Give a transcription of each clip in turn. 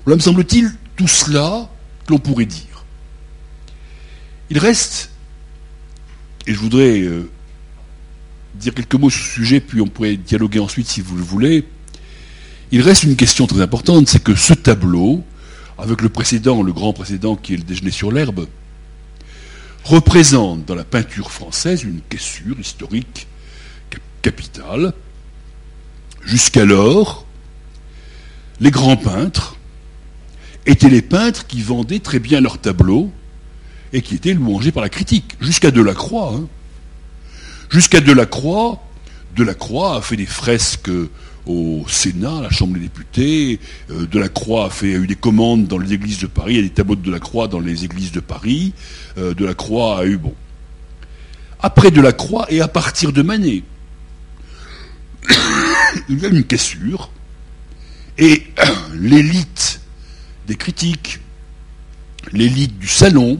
Voilà, me semble-t-il, tout cela que l'on pourrait dire. Il reste, et je voudrais dire quelques mots sur ce sujet, puis on pourrait dialoguer ensuite si vous le voulez. Il reste une question très importante, c'est que ce tableau, avec le précédent, le grand précédent qui est le Déjeuner sur l'herbe, représente dans la peinture française une cassure historique capitale. Jusqu'alors, les grands peintres étaient les peintres qui vendaient très bien leurs tableaux et qui étaient louangés par la critique. Jusqu'à Delacroix. Jusqu'à Delacroix a fait des fresques au Sénat, à la Chambre des députés. Delacroix a eu des commandes dans les églises de Paris, il y a des tableaux de Delacroix dans les églises de Paris. Delacroix a eu, après Delacroix et à partir de Manet, il y a une cassure, et l'élite des critiques, l'élite du salon,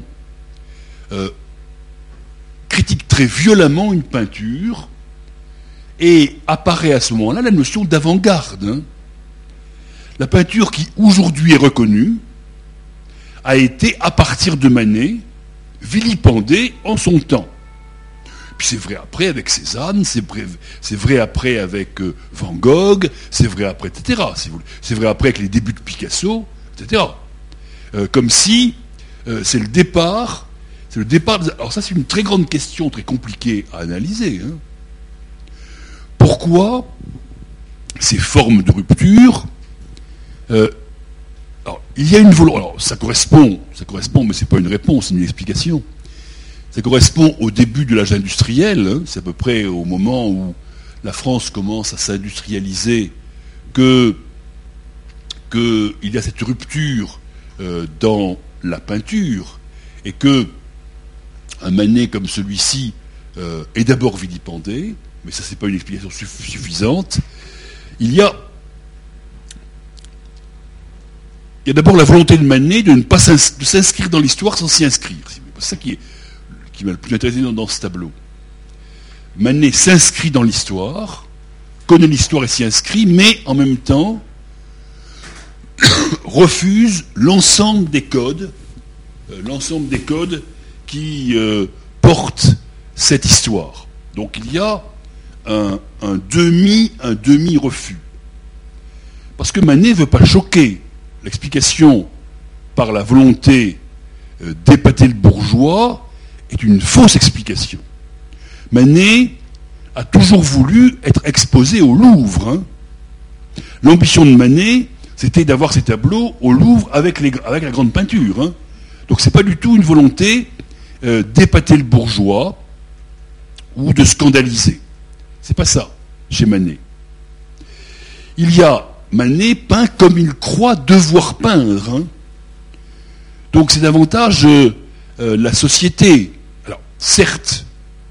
critique très violemment une peinture, et apparaît à ce moment-là la notion d'avant-garde. La peinture qui aujourd'hui est reconnue a été, à partir de Manet, vilipendée en son temps. Puis c'est vrai après avec Cézanne, c'est vrai après avec Van Gogh, c'est vrai après, etc. C'est vrai après avec les débuts de Picasso, etc. Comme si c'est le départ. Alors ça, c'est une très grande question, très compliquée à analyser. Pourquoi ces formes de rupture alors, il y a une volonté. Alors, ça correspond, mais c'est pas une réponse, c'est une explication. Ça correspond au début de l'âge industriel, c'est à peu près au moment où la France commence à s'industrialiser qu'il y a cette rupture dans la peinture, et que un Manet comme celui-ci est d'abord vilipendé, mais ça c'est pas une explication suffisante. Il y a d'abord la volonté de Manet de ne pas de s'inscrire dans l'histoire sans s'y inscrire. C'est ça qui m'a le plus intéressé dans ce tableau. Manet s'inscrit dans l'histoire, connaît l'histoire et s'y inscrit, mais en même temps refuse l'ensemble des codes qui portent cette histoire. Donc il y a un demi-refus. Parce que Manet ne veut pas choquer. L'explication par la volonté d'épater le bourgeois est une fausse explication. Manet a toujours voulu être exposé au Louvre. L'ambition de Manet, c'était d'avoir ses tableaux au Louvre avec la grande peinture. Donc c'est pas du tout une volonté d'épater le bourgeois ou de scandaliser. C'est pas ça, chez Manet. Il y a Manet peint comme il croit devoir peindre. Donc c'est davantage la société. Alors, certes,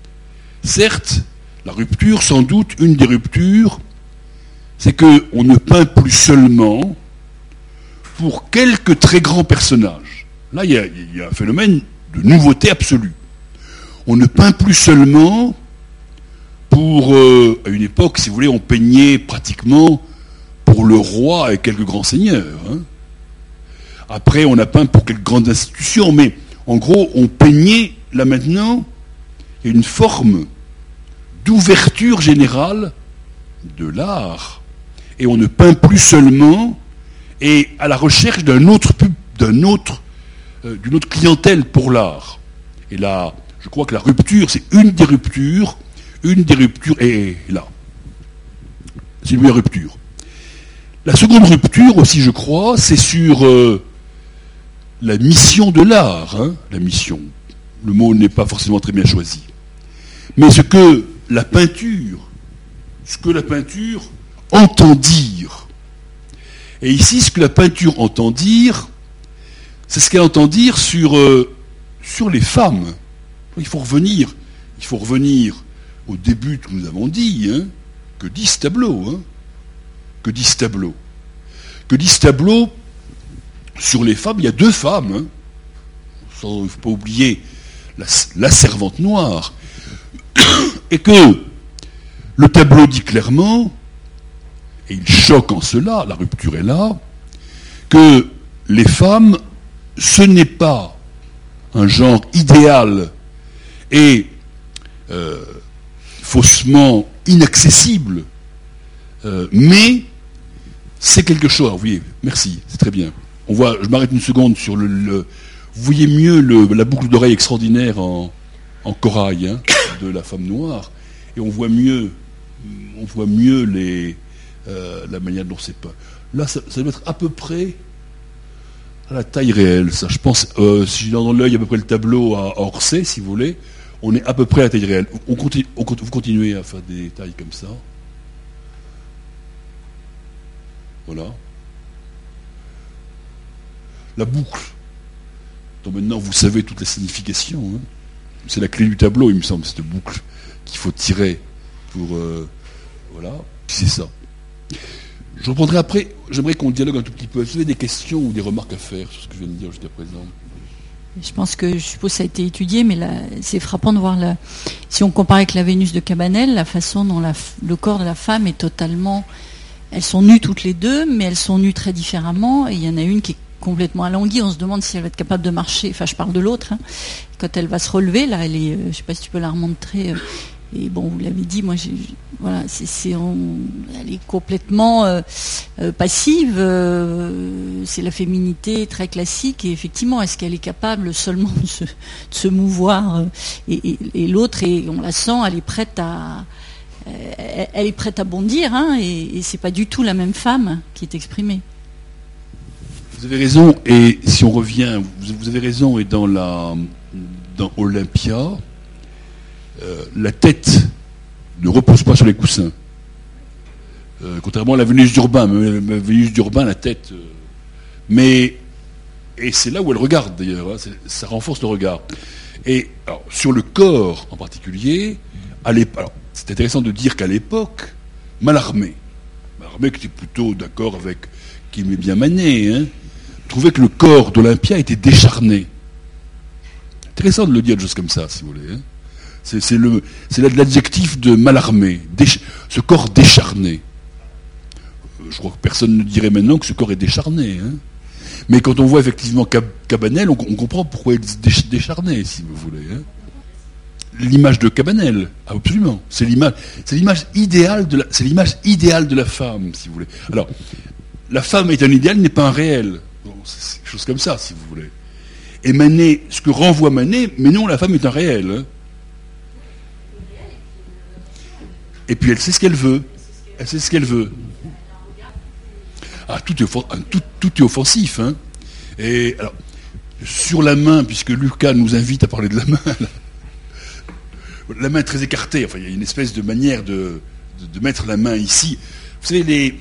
la rupture, sans doute, une des ruptures, c'est qu'on ne peint plus seulement pour quelques très grands personnages. Là, il y a un phénomène de nouveauté absolue. On ne peint plus seulement pour, à une époque, si vous voulez, on peignait pratiquement pour le roi et quelques grands seigneurs. Après, on a peint pour quelques grandes institutions, mais en gros, on peignait, là maintenant, il y a une forme d'ouverture générale de l'art. Et on ne peint plus seulement, et à la recherche d'une autre clientèle pour l'art. Et là, je crois que la rupture, c'est une des ruptures est là. C'est lui la rupture. La seconde rupture aussi, je crois, c'est sur la mission de l'art. La mission. Le mot n'est pas forcément très bien choisi. Mais ce que la peinture entend dire. Et ici, ce que la peinture entend dire, c'est ce qu'elle entend dire sur les femmes. Il faut revenir au début que nous avons dit. Que dit ce tableau Que dit ce tableau sur les femmes? Il y a deux femmes. Il ne faut pas oublier la servante noire. Et que le tableau dit clairement, et il choque en cela, la rupture est là, que les femmes, ce n'est pas un genre idéal et faussement inaccessible, mais c'est quelque chose. Alors, vous voyez, merci, c'est très bien. On voit, je m'arrête une seconde sur vous voyez mieux la boucle d'oreille extraordinaire en corail, hein, de la femme noire, et on voit mieux la manière dont c'est peint. Là, ça doit être à peu près à la taille réelle, ça. Je pense, si j'ai dans l'œil à peu près le tableau à Orsay, si vous voulez, on est à peu près à la taille réelle. Vous continuez à faire des tailles comme ça. Voilà. La boucle, dont maintenant vous savez toute la signification, hein. C'est la clé du tableau, il me semble, cette boucle qu'il faut tirer pour... voilà, c'est ça. Je reprendrai après, j'aimerais qu'on dialogue un tout petit peu. Est-ce que vous avez des questions ou des remarques à faire sur ce que je viens de dire jusqu'à présent? Je pense que, je suppose que ça a été étudié, mais là, c'est frappant de voir, si on compare avec la Vénus de Cabanel, la façon dont le corps de la femme est totalement... Elles sont nues toutes les deux, mais elles sont nues très différemment, et il y en a une qui est complètement alanguie, on se demande si elle va être capable de marcher, enfin je parle de l'autre, hein. Quand elle va se relever, là, elle est, je ne sais pas si tu peux la remontrer, et bon, vous l'avez dit, moi, voilà, elle est complètement passive, c'est la féminité très classique, et effectivement, est-ce qu'elle est capable seulement de se mouvoir, et l'autre, et on la sent, elle est prête à bondir, hein, et c'est pas du tout la même femme qui est exprimée. Vous avez raison, et si on revient, vous avez raison, et dans Olympia, la tête ne repose pas sur les coussins. Contrairement à la Vénus d'Urbain, la Vénus d'Urbain, la tête... et c'est là où elle regarde d'ailleurs, hein, ça renforce le regard. Et alors, sur le corps en particulier, c'est intéressant de dire qu'à l'époque, Mallarmé qui était plutôt d'accord avec, qui aimait bien Manet, hein, trouvait que le corps d'Olympia était décharné. Intéressant de le dire de choses comme ça, si vous voulez. Hein. C'est l'adjectif de Mallarmé, ce corps décharné. Je crois que personne ne dirait maintenant que ce corps est décharné. Hein. Mais quand on voit effectivement Cabanel, on comprend pourquoi il est décharné, si vous voulez. Hein. L'image de Cabanel, absolument. C'est l'image idéale de la femme, si vous voulez. Alors, la femme est un idéal, n'est pas un réel. Bon, c'est quelque chose comme ça, si vous voulez. Et Manet, ce que renvoie Manet, mais non, la femme est un réel. Hein. Et puis elle sait ce qu'elle veut. Elle sait ce qu'elle veut. Ah, tout est offensif. Hein. Et alors, sur la main, puisque Lucas nous invite à parler de la main, la main est très écartée. Enfin, il y a une espèce de manière de mettre la main ici. Vous savez,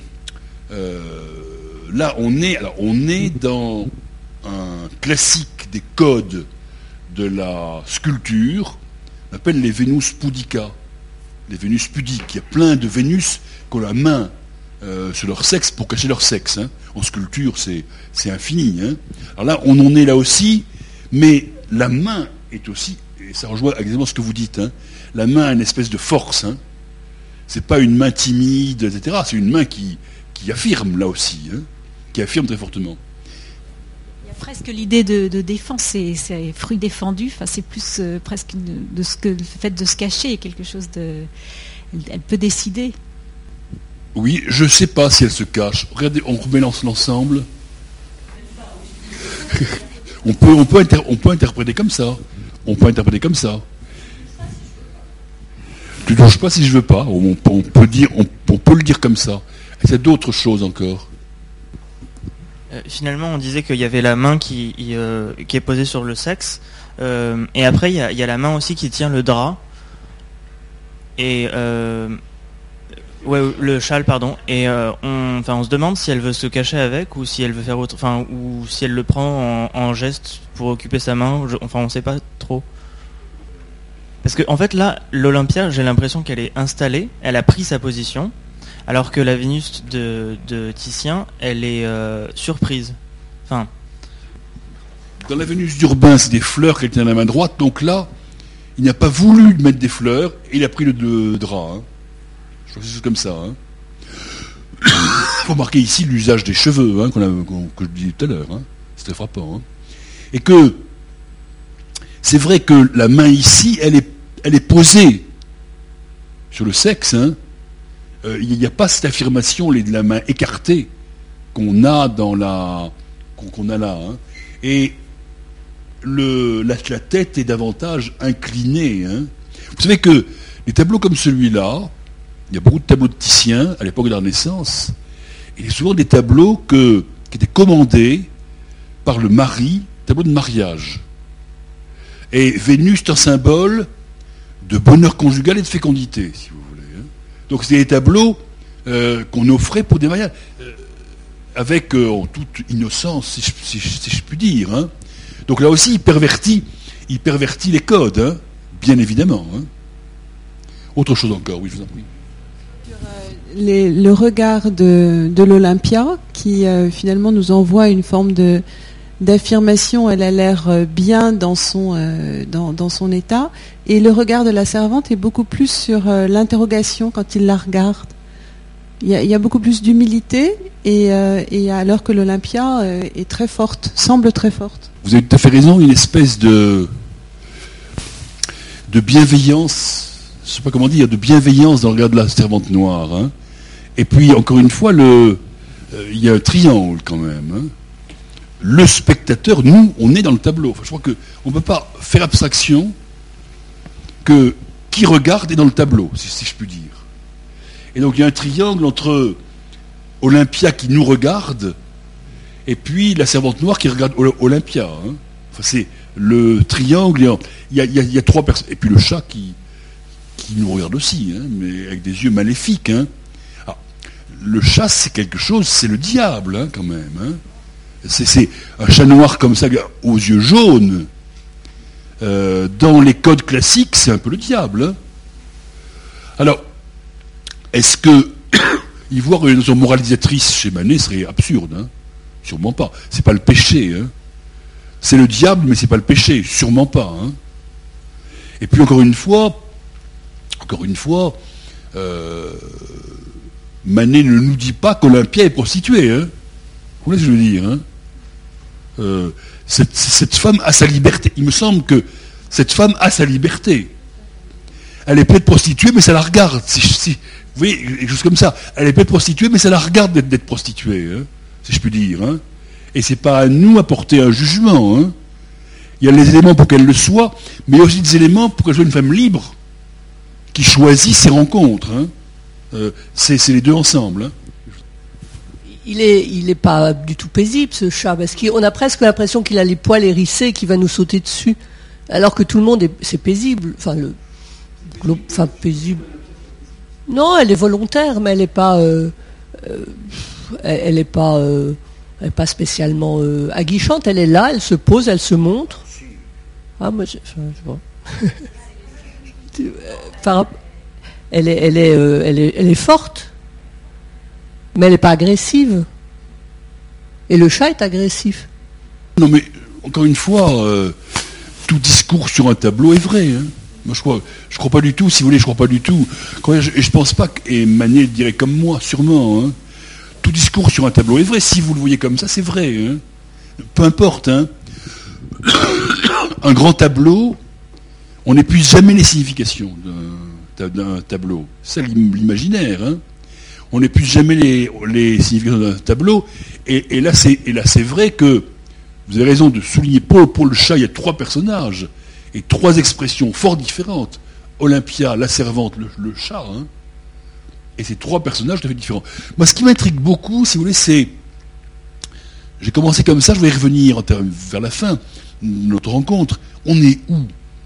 là, on est dans un classique des codes de la sculpture, on appelle les Vénus pudica, les Vénus pudiques. Il y a plein de Vénus qui ont la main sur leur sexe pour cacher leur sexe. Hein. En sculpture, c'est infini. Hein. Alors là, on en est là aussi, mais la main est aussi, et ça rejoint exactement ce que vous dites, hein, la main a une espèce de force. Hein. C'est pas une main timide, etc. C'est une main qui affirme là aussi, hein, qui affirme très fortement. Il y a presque l'idée de défense, c'est fruit défendu. Enfin, c'est plus presque de ce que le fait de se cacher, quelque chose de. Elle peut décider. Oui, je ne sais pas si elle se cache. Regardez, on remet l'ensemble. on peut interpréter comme ça. On peut interpréter comme ça. Tu ne touches pas si je veux pas. On peut le dire comme ça. Et c'est d'autres choses encore. Finalement, on disait qu'il y avait la main qui est posée sur le sexe. Et après, il y a la main aussi qui tient le drap. Et... le châle, pardon. Et on se demande si elle veut se cacher avec ou si elle veut faire autre, ou si elle le prend en geste pour occuper sa main. On ne sait pas trop. Parce que en fait là, l'Olympia, j'ai l'impression qu'elle est installée, elle a pris sa position, alors que la Vénus de Titien, elle est surprise. Enfin. Dans la Vénus d'Urbain, c'est des fleurs qu'elle tient à la main droite. Donc là, il n'a pas voulu mettre des fleurs et il a pris le drap. Hein. Je crois que c'est comme ça. Hein. Il faut marquer ici l'usage des cheveux, hein, que je disais tout à l'heure. Hein. C'est très frappant. Hein. Et que c'est vrai que la main ici, elle est posée sur le sexe. Hein. Il n'y a pas cette affirmation de la main écartée qu'on a qu'on a là. Hein. Et la tête est davantage inclinée. Hein. Vous savez que les tableaux comme celui-là, il y a beaucoup de tableaux de Titien à l'époque de la Renaissance, et souvent des tableaux qui étaient commandés par le mari, tableaux de mariage. Et Vénus est un symbole de bonheur conjugal et de fécondité, si vous voulez. Hein. Donc c'est des tableaux qu'on offrait pour des mariages, avec en toute innocence, si je puis dire. Hein. Donc là aussi, il pervertit les codes, hein, bien évidemment. Hein. Autre chose encore, oui, je vous en prie. Le regard de l'Olympia, qui finalement nous envoie une forme d'affirmation, elle a l'air bien dans son état, et le regard de la servante est beaucoup plus sur l'interrogation quand il la regarde. Il y a beaucoup plus d'humilité, et alors que l'Olympia est très forte, semble très forte. Vous avez tout à fait raison, une espèce de bienveillance, je ne sais pas comment dire, de bienveillance dans le regard de la servante noire. Hein. Et puis, encore une fois, il y a un triangle quand même. Hein. Le spectateur, nous, on est dans le tableau. Enfin, je crois qu'on ne peut pas faire abstraction que qui regarde est dans le tableau, si je puis dire. Et donc, il y a un triangle entre Olympia qui nous regarde et puis la servante noire qui regarde Olympia. Hein. Enfin, c'est le triangle. Il y a trois personnes. Et puis le chat qui nous regarde aussi, hein, mais avec des yeux maléfiques. Hein. Alors, le chat, c'est quelque chose, c'est le diable, hein, quand même. Hein. C'est un chat noir comme ça, aux yeux jaunes. Dans les codes classiques, c'est un peu le diable. Hein. Alors, est-ce que y voir une notion moralisatrice chez Manet serait absurde, hein? Sûrement pas. C'est pas le péché. Hein? C'est le diable, mais c'est pas le péché. Sûrement pas. Hein? Et puis encore une fois, Manet ne nous dit pas qu'Olympia est prostituée. Hein? Vous voyez ce que je veux dire? Hein? Cette femme a sa liberté. Il me semble que cette femme a sa liberté. Elle est peut-être prostituée, mais ça la regarde. Vous voyez, quelque chose comme ça. Elle est peut-être prostituée, mais ça la regarde d'être prostituée, hein, si je puis dire. Hein. Et c'est pas à nous à porter un jugement. Hein. Il y a les éléments pour qu'elle le soit, mais il y a aussi des éléments pour qu'elle soit une femme libre, qui choisit ses rencontres. Hein. C'est les deux ensemble. Hein. Il est pas du tout paisible, ce chat, parce qu'on a presque l'impression qu'il a les poils hérissés et qu'il va nous sauter dessus, alors que tout le monde c'est paisible. Enfin, paisible. Non, elle est volontaire, mais elle n'est pas, elle est pas spécialement aguichante. Elle est là, elle se pose, elle se montre. Ah, moi, je vois. Elle est forte, mais elle n'est pas agressive. Et le chat est agressif. Non, mais encore une fois, tout discours sur un tableau est vrai. Hein. Moi, je crois pas du tout, si vous voulez, je crois pas du tout. Et je pense pas et Manet dirait comme moi, sûrement. Hein. Tout discours sur un tableau est vrai. Si vous le voyez comme ça, c'est vrai. Hein. Peu importe. Hein. Un grand tableau, on n'épuise jamais les significations d'un tableau. C'est l'imaginaire. Hein. On n'épuise jamais les significations d'un tableau. Et là, c'est vrai que vous avez raison de souligner. Pour le chat, il y a trois personnages. Et trois expressions fort différentes. Olympia, la servante, le chat. Hein. Et ces trois personnages tout à fait différents. Moi, ce qui m'intrigue beaucoup, si vous voulez, c'est... J'ai commencé comme ça, je vais y revenir vers la fin de notre rencontre. On est où?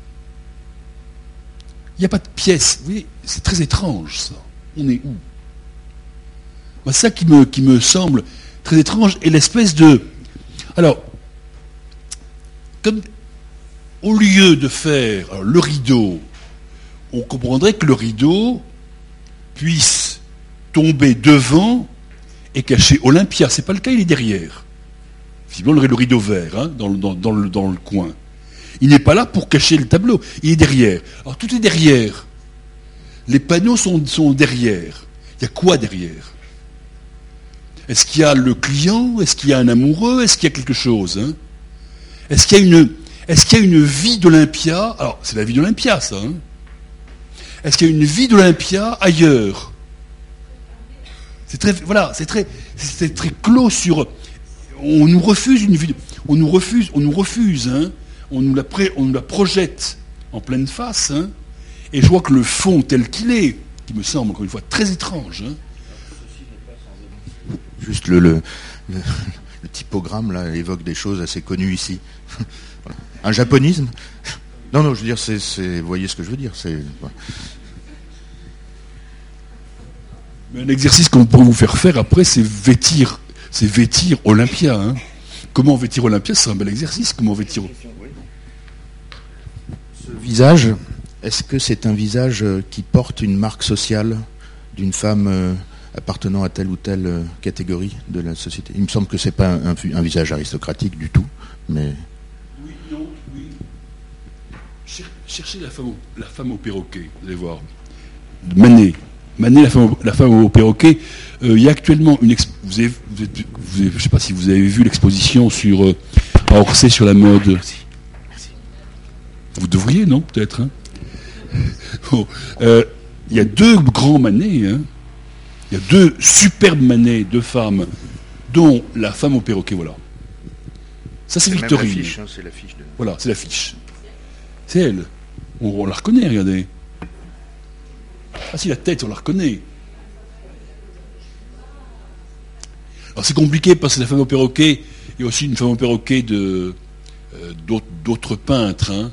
Il n'y a pas de pièce. Vous voyez, c'est très étrange, ça. On est où? Moi, ça qui me semble très étrange est l'espèce de... Alors, comme... Au lieu de faire le rideau, on comprendrait que le rideau puisse tomber devant et cacher Olympia. C'est pas le cas, il est derrière. Visiblement, le rideau vert, hein, dans le coin. Il n'est pas là pour cacher le tableau, il est derrière. Alors tout est derrière. Les panneaux sont derrière. Il y a quoi derrière? Est-ce qu'il y a le client? Est-ce qu'il y a un amoureux? Est-ce qu'il y a quelque chose, hein? Est-ce qu'il y a une vie d'Olympia? Alors, c'est la vie d'Olympia, ça. Hein? Est-ce qu'il y a une vie d'Olympia ailleurs? C'est très clos sur. On nous refuse une vie. On nous refuse. Hein? On nous la projette en pleine face. Hein? Et je vois que le fond tel qu'il est, qui me semble encore une fois très étrange. Hein? Juste le typogramme là évoque des choses assez connues ici. Voilà. Un japonisme? Non, je veux dire, vous voyez ce que je veux dire. Voilà. Mais un exercice qu'on pourrait vous faire faire après, c'est vêtir Olympia. Hein. Comment vêtir Olympia? C'est un bel exercice. Comment vêtir? Ce visage, est-ce que c'est un visage qui porte une marque sociale d'une femme appartenant à telle ou telle catégorie de la société? Il me semble que c'est pas un visage aristocratique du tout, mais... Oui, non, oui. Cherchez la femme au perroquet, vous allez voir. Manet, la femme au perroquet. Il y a actuellement une je ne sais pas si vous avez vu l'exposition à Orsay sur la mode. Merci. Vous devriez, non? Peut-être. Hein. Bon, il y a 2 grands Manets. Hein. Il y a 2 superbes Manets de femmes, dont la femme au perroquet. Voilà. Ça, c'est Victorine. L'affiche, hein, c'est l'affiche. Voilà, c'est l'affiche. C'est elle. On la reconnaît, regardez. Ah si, la tête, on la reconnaît. Alors c'est compliqué parce que la femme au perroquet, il y a aussi une femme au perroquet d'autres peintres. Hein,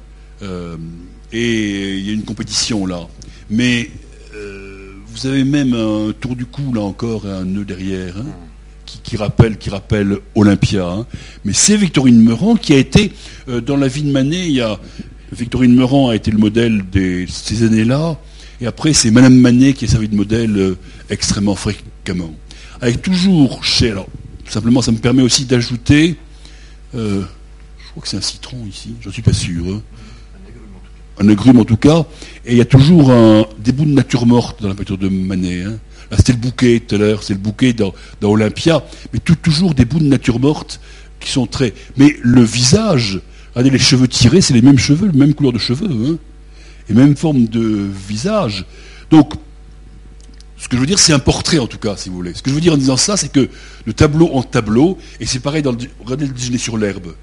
et il y a une compétition là. Mais vous avez même un tour du cou là encore, et un nœud derrière, hein, qui rappelle Olympia. Hein. Mais c'est Victorine Meurent qui a été, dans la vie de Manet, Victorine Meurent a été le modèle de ces années-là. Et après, c'est Madame Manet qui a servi de modèle extrêmement fréquemment. Avec toujours alors, simplement, ça me permet aussi d'ajouter, je crois que c'est un citron ici, j'en suis pas sûr. Hein. Un agrume en tout cas. Et il y a toujours des bouts de nature morte dans la peinture de Manet. Hein. Là, c'était le bouquet tout à l'heure, c'est le bouquet dans Olympia. Mais toujours des bouts de nature morte qui sont très... Mais le visage, regardez les cheveux tirés, c'est les mêmes cheveux, la même couleur de cheveux. Hein. Et même forme de visage. Donc, ce que je veux dire, c'est un portrait en tout cas, si vous voulez. Ce que je veux dire en disant ça, c'est que de tableau en tableau, et c'est pareil regardez le déjeuner sur l'herbe,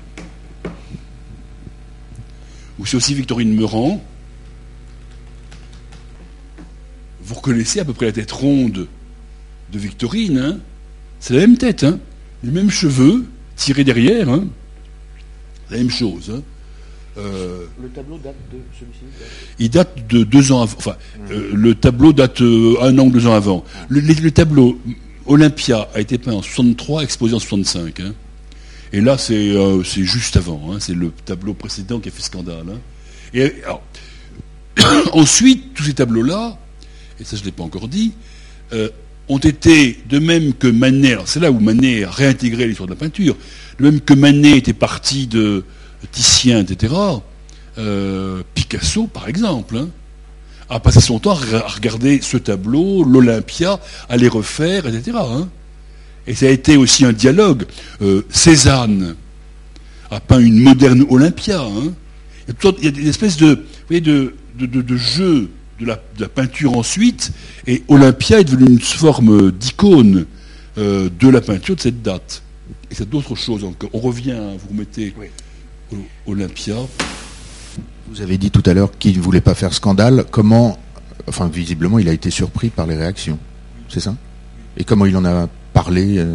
où c'est aussi Victorine Meurent. Vous reconnaissez à peu près la tête ronde de Victorine, hein. C'est la même tête, hein. Les mêmes cheveux tirés derrière, hein. La même chose, hein. Le tableau date de celui-ci? Il date de 2 ans avant. Enfin, le tableau date 1 an ou 2 ans avant. Le tableau Olympia a été peint en 63, exposé en 65. Hein. Et là, c'est juste avant. Hein. C'est le tableau précédent qui a fait scandale. Hein. Et alors, ensuite, tous ces tableaux-là, et ça je ne l'ai pas encore dit, ont été, de même que Manet, alors c'est là où Manet a réintégré l'histoire de la peinture, de même que Manet était parti de Titien, etc., Picasso, par exemple, hein, a passé son temps à regarder ce tableau, l'Olympia, à les refaire, etc. Hein. Et ça a été aussi un dialogue. Cézanne a peint une moderne Olympia. Hein. Il y a des espèces de jeux de la peinture ensuite, et Olympia est devenu une forme d'icône de la peinture de cette date. Et c'est d'autres choses encore. On revient, vous remettez... Oui. Olympia. Vous avez dit tout à l'heure qu'il ne voulait pas faire scandale. Enfin, visiblement, il a été surpris par les réactions. C'est ça? Et comment il en a parlé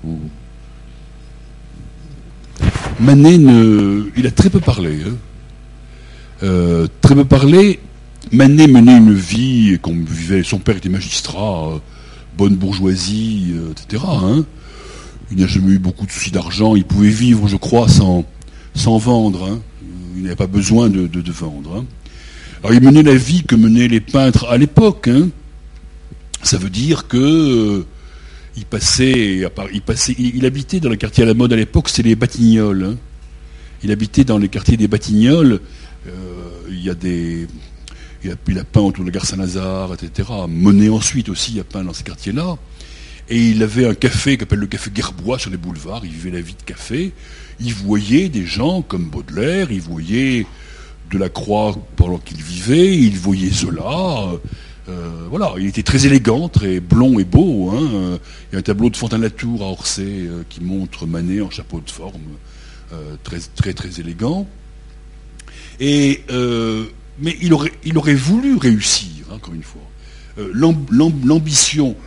Manet, il a très peu parlé. Hein. Très peu parlé. Manet menait une vie comme vivait. Son père était magistrat, bonne bourgeoisie, etc. Hein. Il n'a jamais eu beaucoup de soucis d'argent. Il pouvait vivre, je crois, sans vendre. Hein. Il n'avait pas besoin de vendre. Hein. Alors il menait la vie que menaient les peintres à l'époque. Hein. Ça veut dire que il habitait dans le quartier à la mode à l'époque, c'était les Batignolles. Hein. Il habitait dans les quartiers des Batignolles. Il a peint autour de la gare Saint-Lazare, etc. Monet ensuite aussi a peint dans ces quartiers-là. Et il avait un café qu'appelle le café Gerbois sur les boulevards. Il vivait la vie de café. Il voyait des gens comme Baudelaire, il voyait Delacroix pendant qu'il vivait, il voyait Zola. Voilà, il était très élégant, très blond et beau. Hein. Il y a un tableau de Fontaine-Latour à Orsay qui montre Manet en chapeau de forme, très, très, très élégant. Mais il aurait voulu réussir, hein, encore une fois. L'ambition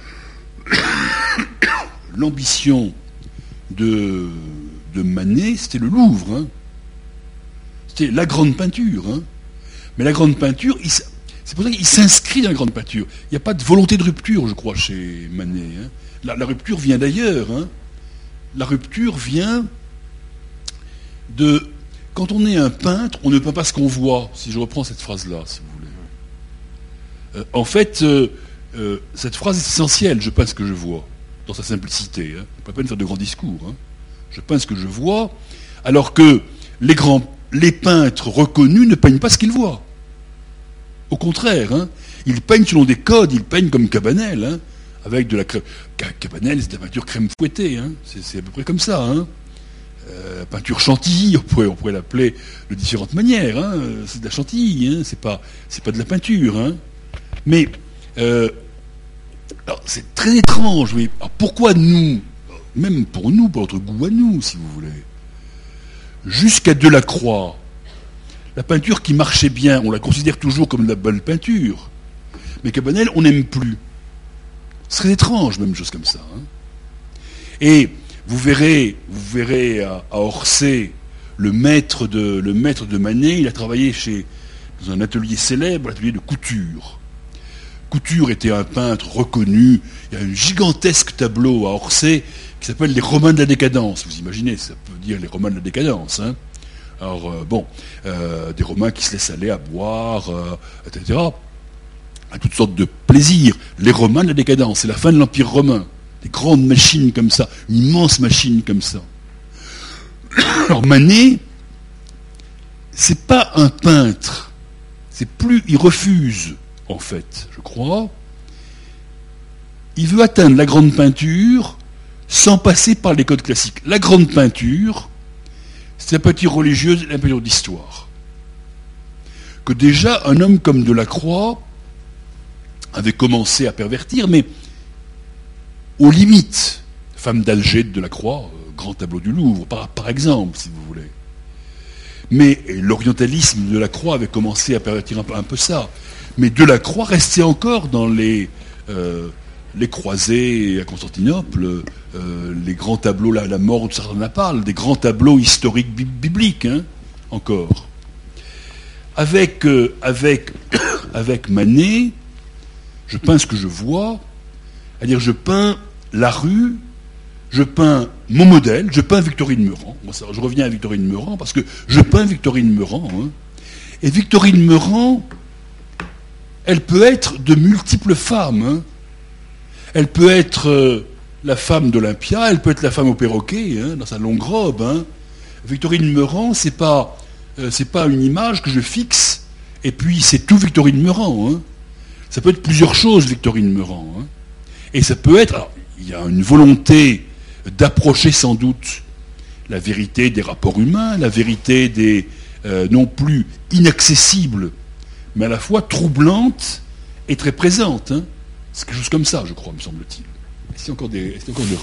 de Manet, c'était le Louvre. Hein. C'était la grande peinture. Hein. Mais la grande peinture, c'est pour ça qu'il s'inscrit dans la grande peinture. Il n'y a pas de volonté de rupture, je crois, chez Manet. Hein. La rupture vient d'ailleurs. Hein. La rupture vient de... Quand on est un peintre, on ne peint pas ce qu'on voit, si je reprends cette phrase-là, si vous voulez. En fait, cette phrase est essentielle, je peins ce que je vois, dans sa simplicité. Hein. Pas la peine de faire de grands discours. Hein. Je peins ce que je vois, alors que les peintres reconnus ne peignent pas ce qu'ils voient. Au contraire, hein, ils peignent selon des codes, ils peignent comme Cabanel, hein, avec de la crème. Cabanel, c'est de la peinture crème fouettée, hein, c'est à peu près comme ça. Hein. Peinture chantilly, on pourrait l'appeler de différentes manières. Hein, c'est de la chantilly, hein, c'est pas de la peinture. Hein. Mais alors, c'est très étrange. Mais alors, pourquoi nous, même pour nous, pour notre goût à nous, si vous voulez, jusqu'à Delacroix, la peinture qui marchait bien, on la considère toujours comme de la bonne peinture. Mais Cabanel, on n'aime plus. Ce serait étrange, même chose comme ça. Hein. Et vous verrez à Orsay le maître de Manet, il a travaillé dans un atelier célèbre, l'atelier de Couture. Couture était un peintre reconnu. Il y a un gigantesque tableau à Orsay qui s'appelle les Romains de la décadence. Vous imaginez, ça peut dire les Romains de la décadence. Hein. Alors, des Romains qui se laissent aller à boire, etc. À toutes sortes de plaisirs. Les Romains de la décadence, c'est la fin de l'Empire romain. Des grandes machines comme ça, une immense machine comme ça. Alors Manet, c'est pas un peintre. Il refuse, en fait, je crois. Il veut atteindre la grande peinture sans passer par les codes classiques. La grande peinture, c'est la peinture religieuse et la peinture d'histoire. Que déjà, un homme comme Delacroix avait commencé à pervertir, mais aux limites. Femme d'Alger de Delacroix, grand tableau du Louvre, par exemple, si vous voulez. Mais l'orientalisme de Delacroix avait commencé à pervertir un peu ça. Mais Delacroix restait encore dans les croisés à Constantinople, les grands tableaux, la mort de Sardanapale, des grands tableaux historiques bibliques, hein, encore. Avec Manet, je peins ce que je vois, c'est-à-dire je peins la rue, je peins mon modèle, je peins Victorine Meurent. Moi, je reviens à Victorine Meurent parce que je peins Victorine Meurent. Hein, et Victorine Meurent, elle peut être de multiples femmes. Hein. Elle peut être la femme d'Olympia, elle peut être la femme au perroquet, hein, dans sa longue robe. Hein. Victorine Meurent, c'est pas une image que je fixe, et puis c'est tout Victorine Meurent. Hein. Ça peut être plusieurs choses, Victorine Meurent. Hein. Et ça peut être... Alors, il y a une volonté d'approcher sans doute la vérité des rapports humains, la vérité des non plus inaccessibles, mais à la fois troublante et très présente. Hein. C'est quelque chose comme ça, je crois, me semble-t-il. Est-ce qu'il y a encore des remarques ?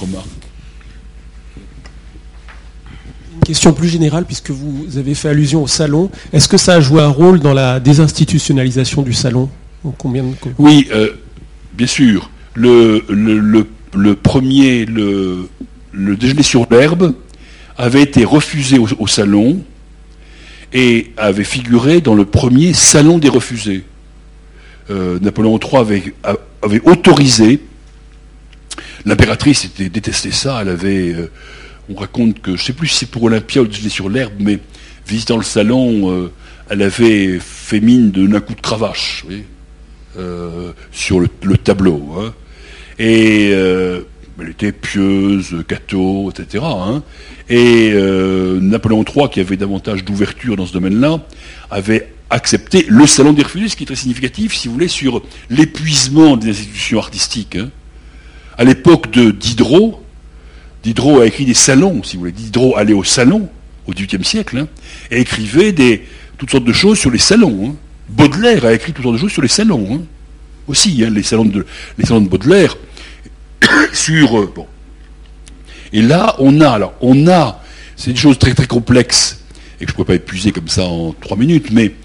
Une question plus générale, puisque vous avez fait allusion au salon. Est-ce que ça a joué un rôle dans la désinstitutionnalisation du salon ? Oui, bien sûr. Le premier, le déjeuner sur l'herbe, avait été refusé au salon et avait figuré dans le premier salon des refusés. Napoléon III avait autorisé, l'impératrice détestait ça, elle avait, on raconte que, je ne sais plus si c'est pour Olympia ou le déjeuner sur l'herbe, mais visitant le salon, elle avait fait mine d'un coup de cravache, vous voyez, sur le tableau. Hein. Et elle était pieuse, catho, etc. Hein. Et Napoléon III, qui avait davantage d'ouverture dans ce domaine-là, avait accepté le salon des refusés, ce qui est très significatif, si vous voulez, sur l'épuisement des institutions artistiques. Hein. à l'époque de Diderot. Diderot a écrit des salons, si vous voulez. Diderot allait au salon, au XVIIIe siècle, hein, et écrivait toutes sortes de choses sur les salons. Hein. Baudelaire a écrit toutes sortes de choses sur les salons. Hein. Aussi, hein, les salons de Baudelaire. Bon. Et là, on a, c'est des choses très très complexes, et que je ne pourrais pas épuiser comme ça en 3 minutes, mais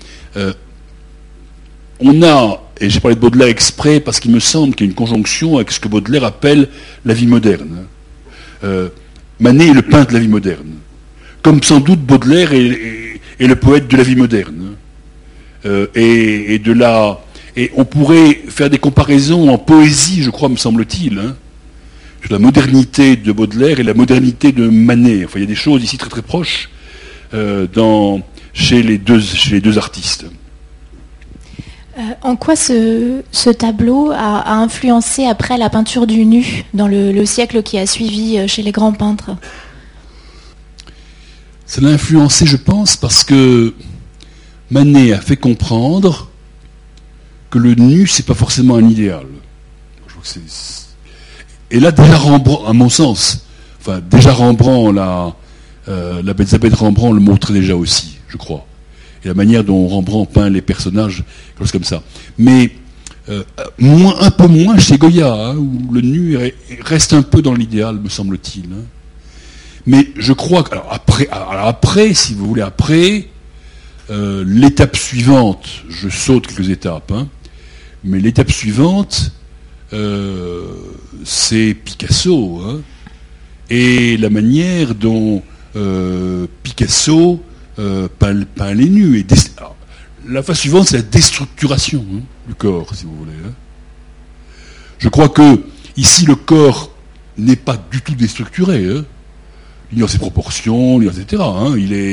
on a, et j'ai parlé de Baudelaire exprès, parce qu'il me semble qu'il y a une conjonction avec ce que Baudelaire appelle la vie moderne. Manet est le peintre de la vie moderne, comme sans doute Baudelaire est le poète de la vie moderne. Et on pourrait faire des comparaisons en poésie, je crois, me semble-t-il, hein, sur la modernité de Baudelaire et la modernité de Manet. Enfin, il y a des choses ici très très proches chez les deux artistes. En quoi ce tableau a influencé après la peinture du nu dans le siècle qui a suivi chez les grands peintres? Ça l'a influencé, je pense, parce que Manet a fait comprendre que le nu, c'est pas forcément un idéal. Je trouve que et là, déjà Rembrandt, à mon sens, déjà Rembrandt, la Bethsabée de Rembrandt le montrait déjà aussi, je crois. Et la manière dont Rembrandt peint les personnages, quelque chose comme ça. Mais un peu moins chez Goya, hein, où le nu reste un peu dans l'idéal, me semble-t-il. Hein. Mais je crois que, après, si vous voulez, l'étape suivante, je saute quelques étapes, hein, mais l'étape suivante, c'est Picasso, hein, et la manière dont Picasso peint les nus. Alors, la phase suivante, c'est la déstructuration, hein, du corps, si vous voulez. Hein. Je crois que ici, le corps n'est pas du tout déstructuré. Hein. Il ignore ses proportions, etc. Hein.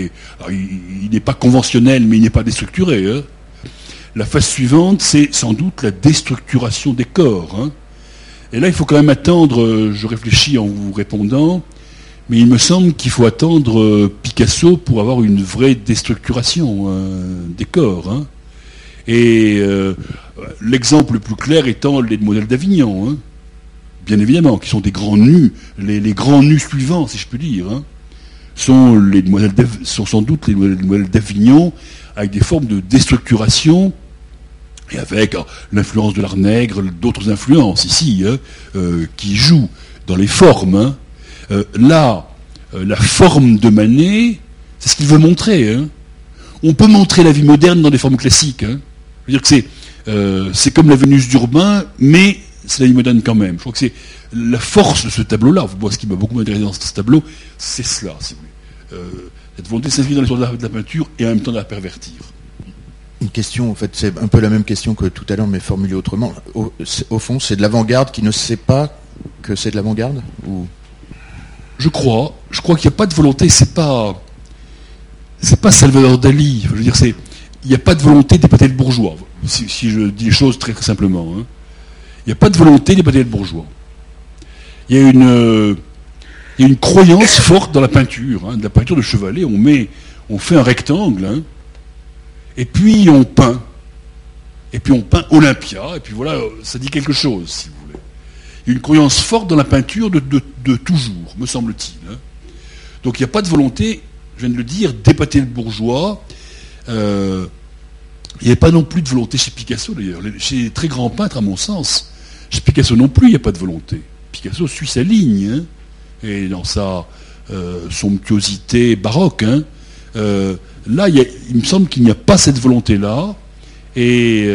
Il n'est pas conventionnel, mais il n'est pas déstructuré. Hein. La phase suivante, c'est sans doute la déstructuration des corps. Hein. Et là, il faut quand même attendre, je réfléchis en vous répondant, mais il me semble qu'il faut attendre Picasso pour avoir une vraie déstructuration des corps. Hein. Et l'exemple le plus clair étant les demoiselles d'Avignon, hein. Bien évidemment, qui sont des grands nus, les grands nus suivants, si je peux dire, hein, sont sans doute les demoiselles d'Avignon, avec des formes de déstructuration, et avec l'influence de l'art nègre, d'autres influences ici, hein, qui jouent dans les formes. Hein. Là, la forme de Manet, c'est ce qu'il veut montrer. Hein. On peut montrer la vie moderne dans des formes classiques. Hein. Je veux dire que c'est comme la Vénus d'Urbain, mais c'est la vie moderne quand même. Je crois que c'est la force de ce tableau-là. Moi, ce qui m'a beaucoup intéressé dans ce tableau, c'est cela, si vous voulez. Cette volonté de s'inscrire dans l'histoire de la peinture et en même temps de la pervertir. Une question, en fait, c'est un peu la même question que tout à l'heure, mais formulée autrement. Au fond, c'est de l'avant-garde qui ne sait pas que c'est de l'avant-garde ou... Je crois qu'il n'y a pas de volonté, c'est pas Salvador Dali. Je veux dire, il n'y a pas de volonté d'épater le bourgeois. Si je dis les choses très, très simplement. Hein. Il n'y a pas de volonté d'épater le bourgeois. Il y a une croyance forte dans la peinture, hein, de la peinture de Chevalet. On fait un rectangle, hein, et puis on peint. Et puis on peint Olympia, et puis voilà, ça dit quelque chose, si vous voulez. Il y a une croyance forte dans la peinture de toujours, me semble-t-il. Hein. Donc il n'y a pas de volonté, je viens de le dire, d'épater le bourgeois. Il n'y avait pas non plus de volonté chez Picasso, d'ailleurs. Chez les très grands peintres, à mon sens, chez Picasso non plus, il n'y a pas de volonté. Picasso suit sa ligne, hein, et dans sa somptuosité baroque. Hein, là, il me semble qu'il n'y a pas cette volonté-là. Et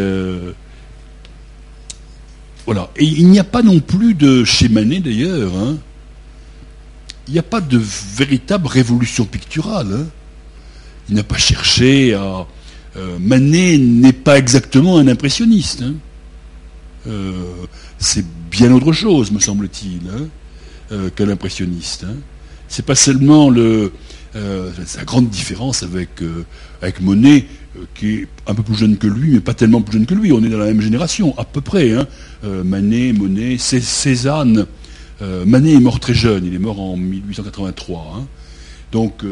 voilà. Et il n'y a pas non plus chez Manet, d'ailleurs, hein, il n'y a pas de véritable révolution picturale. Hein. Il n'a pas cherché à... Manet n'est pas exactement un impressionniste. Hein. C'est bien autre chose, me semble-t-il, hein, qu'un impressionniste. Hein. C'est pas seulement sa grande différence avec Monet, qui est un peu plus jeune que lui, mais pas tellement plus jeune que lui. On est dans la même génération, à peu près. Hein. Manet, Monet, Cézanne. Manet est mort très jeune, il est mort en 1883. Hein. Donc,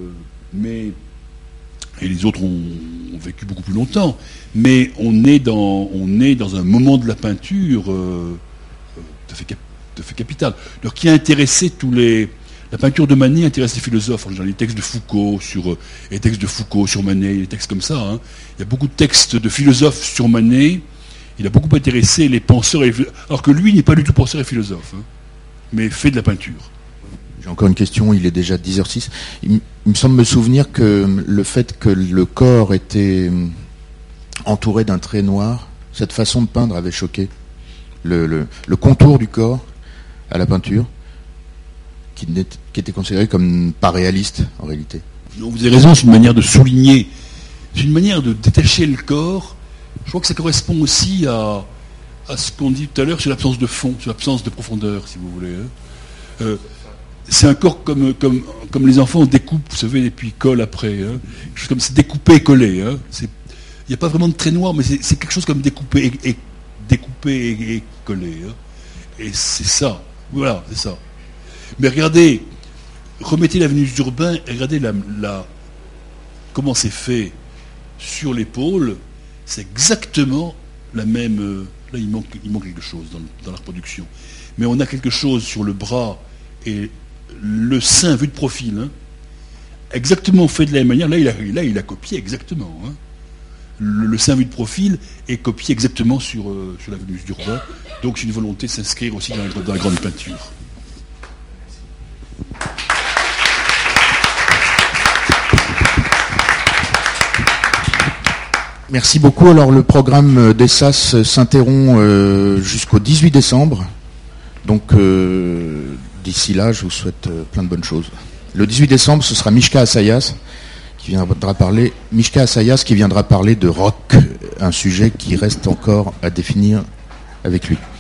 et les autres ont vécu beaucoup plus longtemps. Mais on est dans un moment de la peinture tout à fait tout à fait capital. Alors, qui a intéressé la peinture de Manet intéresse les philosophes. Les textes de Foucault les textes de Foucault sur Manet, les textes comme ça. Hein. Il y a beaucoup de textes de philosophes sur Manet. Il a beaucoup intéressé les penseurs, alors que lui n'est pas du tout penseur et philosophe, hein, mais fait de la peinture. J'ai encore une question, il est déjà 10h06. Il me semble me souvenir que le fait que le corps était entouré d'un trait noir, cette façon de peindre avait choqué. Le contour du corps à la peinture, qui était considéré comme pas réaliste en réalité. Non, vous avez raison, c'est une manière de souligner, c'est une manière de détacher le corps. Je crois que ça correspond aussi à ce qu'on dit tout à l'heure sur l'absence de fond, sur l'absence de profondeur, si vous voulez. Hein. C'est un corps comme les enfants découpent, vous savez, et puis collent après. Hein. Quelque chose comme c'est découpé et collé. Hein. Il n'y a pas vraiment de trait noir, mais c'est quelque chose comme découpé et collé. Hein. Et c'est ça. Voilà, c'est ça. Mais regardez, remettez la Vénus d'Urbain et regardez comment c'est fait sur l'épaule. C'est exactement la même. Là, il manque quelque chose dans la reproduction. Mais on a quelque chose sur le bras et le sein vu de profil. Hein, exactement fait de la même manière. Là, il a copié exactement. Hein. Le sein vu de profil est copié exactement sur la Vénus d'Urbain. Donc, c'est une volonté de s'inscrire aussi dans la grande peinture. Merci beaucoup. Alors le programme d'ESSAS s'interrompt jusqu'au 18 décembre. Donc d'ici là, je vous souhaite plein de bonnes choses. Le 18 décembre, ce sera Mishka Assayas qui viendra parler de rock, un sujet qui reste encore à définir avec lui.